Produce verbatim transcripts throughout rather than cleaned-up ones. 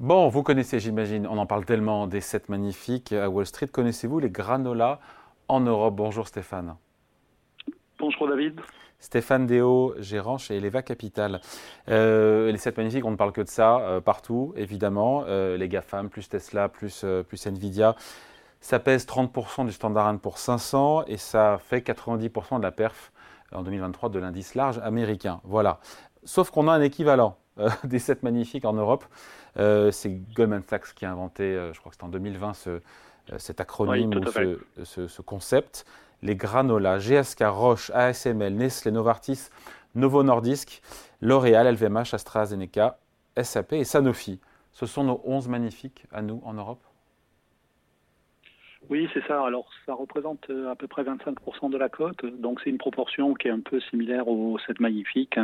Bon, vous connaissez, j'imagine, on en parle tellement des sept magnifiques à Wall Street. Connaissez-vous les granolas en Europe? Bonjour Stéphane. Bonjour David. Stéphane Déo, gérant chez Eleva Capital. Euh, les sept magnifiques, on ne parle que de ça, euh, partout, évidemment. Euh, les GAFAM, plus Tesla, plus, euh, plus Nvidia. Ça pèse trente pour cent du Standard and Poor's cinq cents et ça fait quatre-vingt-dix pour cent de la perf en deux mille vingt-trois de l'indice large américain. Voilà. Sauf qu'on a un équivalent euh, des sept magnifiques en Europe. Euh, c'est Goldman Sachs qui a inventé, euh, je crois que c'était en deux mille vingt, ce, euh, cet Oui, acronyme tout ou à fait. ce, ce, ce concept. Les granolas, G S K, Roche, A S M L, Nestlé, Novartis, Novo Nordisk, L'Oréal, L V M H, AstraZeneca, S A P et Sanofi. Ce sont nos onze magnifiques à nous en Europe. Oui, c'est ça. Alors, ça représente euh, à peu près vingt-cinq pour cent de la cote. Donc, c'est une proportion qui est un peu similaire aux sept magnifiques.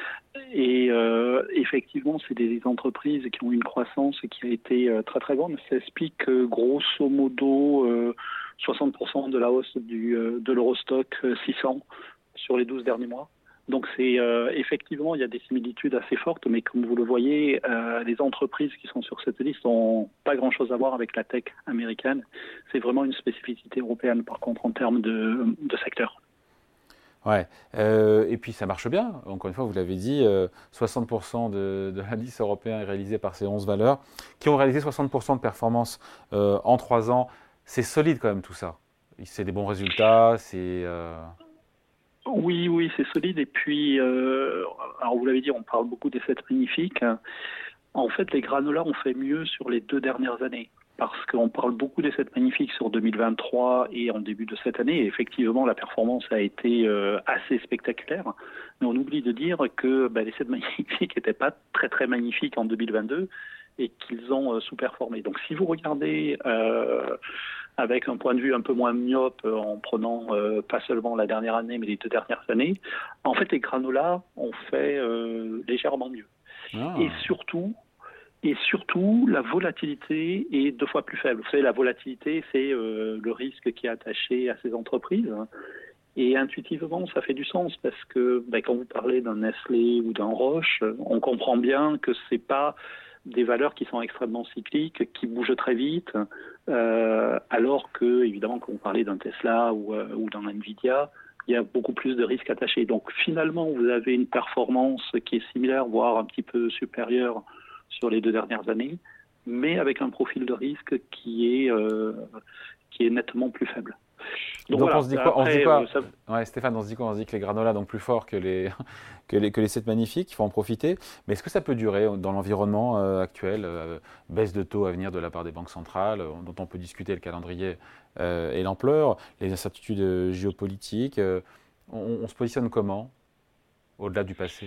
Et euh, effectivement, c'est des entreprises qui ont une croissance qui a été euh, très très bonne. Ça explique euh, grosso modo euh, soixante pour cent de la hausse du, euh, de l'Eurostock euh, six cents sur les douze derniers mois. Donc c'est euh, effectivement, il y a des similitudes assez fortes, mais comme vous le voyez, euh, les entreprises qui sont sur cette liste n'ont pas grand-chose à voir avec la tech américaine. C'est vraiment une spécificité européenne, par contre, en termes de, de secteur. Ouais. Euh, et puis ça marche bien. Encore une fois, vous l'avez dit, euh, soixante pour cent de, de l'indice européen est réalisé par ces onze valeurs, qui ont réalisé soixante pour cent de performance euh, en trois ans. C'est solide quand même tout ça. C'est des bons résultats. C'est euh... Oui, oui, c'est solide. Et puis, euh, alors vous l'avez dit, on parle beaucoup des sept magnifiques. En fait, les granolas ont fait mieux sur les deux dernières années. Parce qu'on parle beaucoup des sept magnifiques sur deux mille vingt-trois et en début de cette année. Et effectivement, la performance a été euh, assez spectaculaire. Mais on oublie de dire que ben, les sept magnifiques n'étaient pas très très magnifiques en deux mille vingt-deux et qu'ils ont euh, sous-performé. Donc si vous regardez euh, avec un point de vue un peu moins myope euh, en prenant euh, pas seulement la dernière année mais les deux dernières années, en fait les granolas ont fait euh, légèrement mieux. Et ah. surtout, et surtout, la volatilité est deux fois plus faible. Vous savez, la volatilité, c'est euh, le risque qui est attaché à ces entreprises. Et intuitivement, ça fait du sens parce que ben, quand vous parlez d'un Nestlé ou d'un Roche, on comprend bien que c'est pas des valeurs qui sont extrêmement cycliques, qui bougent très vite, euh, alors que, évidemment, quand vous parlez d'un Tesla ou, euh, ou d'un Nvidia, il y a beaucoup plus de risques attachés. Donc finalement, vous avez une performance qui est similaire, voire un petit peu supérieure sur les deux dernières années, mais avec un profil de risque qui est, euh, qui est nettement plus faible. Donc Donc on voilà, se dit quoi? On se dit après, euh, quoi? ça, Ouais, Stéphane, on se dit quoi? On se dit que les granolas donc plus forts que les que les que les sept magnifiques, il faut en profiter. Mais est-ce que ça peut durer dans l'environnement euh, actuel, euh, baisse de taux à venir de la part des banques centrales, euh, dont on peut discuter le calendrier euh, et l'ampleur, les incertitudes euh, géopolitiques. euh, on, on se positionne comment au-delà du passé?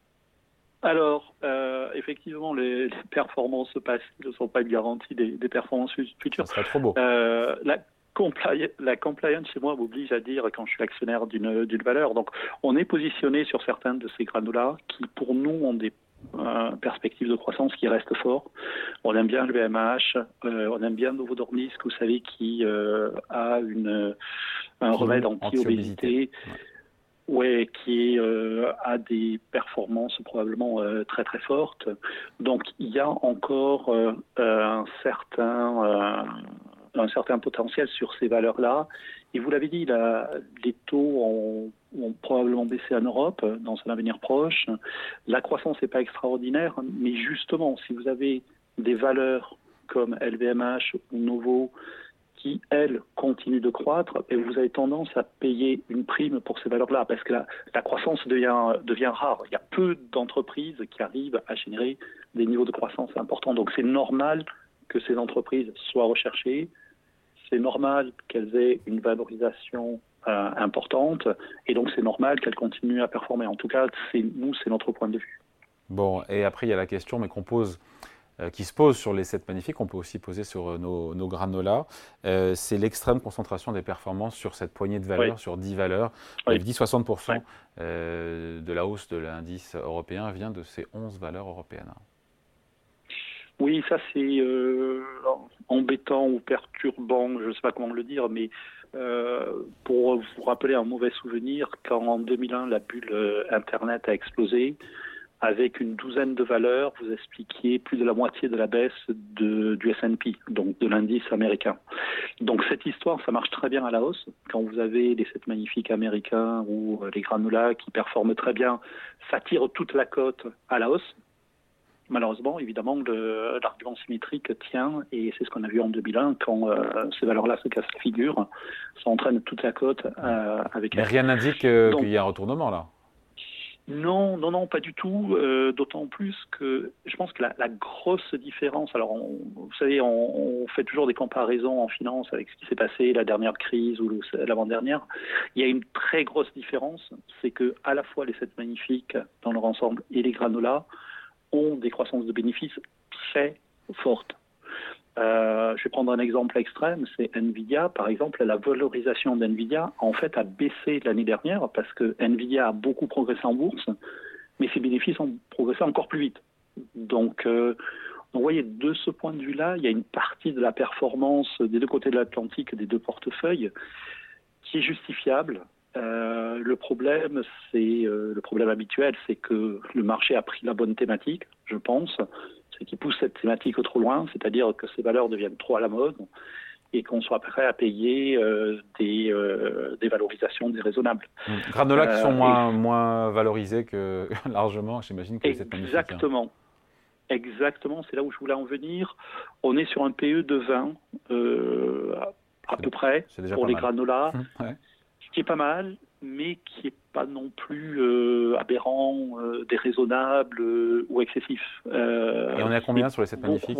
alors, euh, effectivement, les, les performances passées ne sont pas une garantie des, des performances Ça futures. serait trop beau. Euh, la, compli- la compliance chez moi m'oblige à dire quand je suis actionnaire d'une d'une valeur. Donc, on est positionné sur certains de ces granulas qui, pour nous, ont des euh, perspectives de croissance qui restent fortes. On aime bien le V M H, euh, on aime bien Novo Nordisk, vous savez, qui euh, a une, un remède Pilule anti-obésité. anti-obésité. Ouais. Ouais, qui euh, a des performances probablement euh, très très fortes. Donc il y a encore euh, un certain euh, un certain potentiel sur ces valeurs-là. Et vous l'avez dit, la, les taux ont, ont probablement baissé en Europe dans un avenir proche. La croissance n'est pas extraordinaire, mais justement, si vous avez des valeurs comme L V M H ou Novo qui, elles, continuent de croître, et vous avez tendance à payer une prime pour ces valeurs-là, parce que la, la croissance devient, devient rare. Il y a peu d'entreprises qui arrivent à générer des niveaux de croissance importants. Donc c'est normal que ces entreprises soient recherchées, c'est normal qu'elles aient une valorisation euh, importante, et donc c'est normal qu'elles continuent à performer. En tout cas, c'est, nous, c'est notre point de vue. Bon, et après il y a la question, mais qu'on pose euh, qui se pose sur les sept magnifiques, on peut aussi poser sur euh, nos, nos granolas, euh, c'est l'extrême concentration des performances sur cette poignée de Oui, valeurs, sur dix valeurs. Vous oui, avez dit oui. soixante pour cent euh, de la hausse de l'indice européen vient de ces onze valeurs européennes. Oui, ça c'est euh, embêtant ou perturbant, je ne sais pas comment le dire, mais euh, pour vous rappeler un mauvais souvenir, quand en deux mille un la bulle euh, Internet a explosé, avec une douzaine de valeurs, vous expliquiez plus de la moitié de la baisse de, du S and P, donc de l'indice américain. Donc cette histoire, ça marche très bien à la hausse. Quand vous avez les sept magnifiques américains ou les granolas qui performent très bien, ça tire toute la cote à la hausse. Malheureusement, évidemment, le, l'argument symétrique tient, et c'est ce qu'on a vu en deux mille un, quand euh, ces valeurs-là se cassent la figure, ça entraîne toute la cote euh, avec Mais elle. rien n'indique euh, Donc, qu'il y a un retournement là. Non, non, non, pas du tout. Euh, d'autant plus que je pense que la, la grosse différence. Alors, on, vous savez, on, on fait toujours des comparaisons en finance avec ce qui s'est passé la dernière crise ou le, l'avant-dernière. Il y a une très grosse différence, c'est que à la fois les sept magnifiques dans leur ensemble et les granolas ont des croissances de bénéfices très fortes. Euh, je vais prendre un exemple extrême, c'est Nvidia. Par exemple, la valorisation d'Nvidia en fait a baissé l'année dernière parce que Nvidia a beaucoup progressé en bourse, mais ses bénéfices ont progressé encore plus vite. Donc, euh, donc vous voyez, de ce point de vue-là, il y a une partie de la performance des deux côtés de l'Atlantique des deux portefeuilles qui est justifiable. Euh, le problème, c'est euh, le problème habituel, c'est que le marché a pris la bonne thématique, je pense, c'est qu'il pousse cette thématique trop loin, c'est-à-dire que ces valeurs deviennent trop à la mode et qu'on soit prêt à payer euh, des, euh, des valorisations déraisonnables. Mmh. Granola qui sont Euh, moins, et... moins valorisés que largement, j'imagine, que les sept magnifiques. Exactement. Exactement, c'est là où je voulais en venir. On est sur un P E de vingt, euh, à, à peu près, pour les mal. granolas. Ouais. Ce qui est pas mal, mais qui n'est pas non plus euh, aberrant, euh, déraisonnable euh, ou excessif. Euh, Et on est à combien sur les sept magnifiques?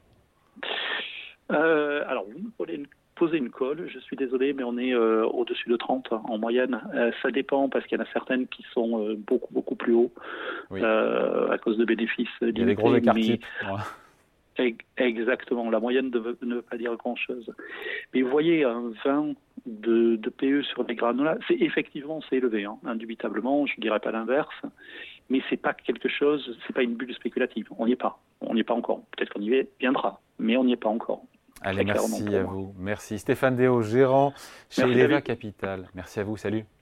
euh, Alors, vous me posez une, posez une colle, je suis désolé, mais on est euh, au-dessus de trente en moyenne. Euh, ça dépend parce qu'il y en a certaines qui sont euh, beaucoup, beaucoup plus hauts oui. euh, à cause de bénéfices. Il y a des gros écarts types. Ouais. Exactement, la moyenne ne veut pas dire grand-chose. Mais vous voyez, un vingt de, de P E sur les granolas, c'est effectivement c'est élevé, hein, indubitablement, je ne dirais pas l'inverse, mais c'est pas quelque chose, c'est pas une bulle spéculative, on n'y est pas, on n'y est pas encore. Peut-être qu'on y viendra, mais on n'y est pas encore. Allez, merci à vous, merci. Stéphane Déault, gérant chez Eleva Capital. Merci à vous, salut.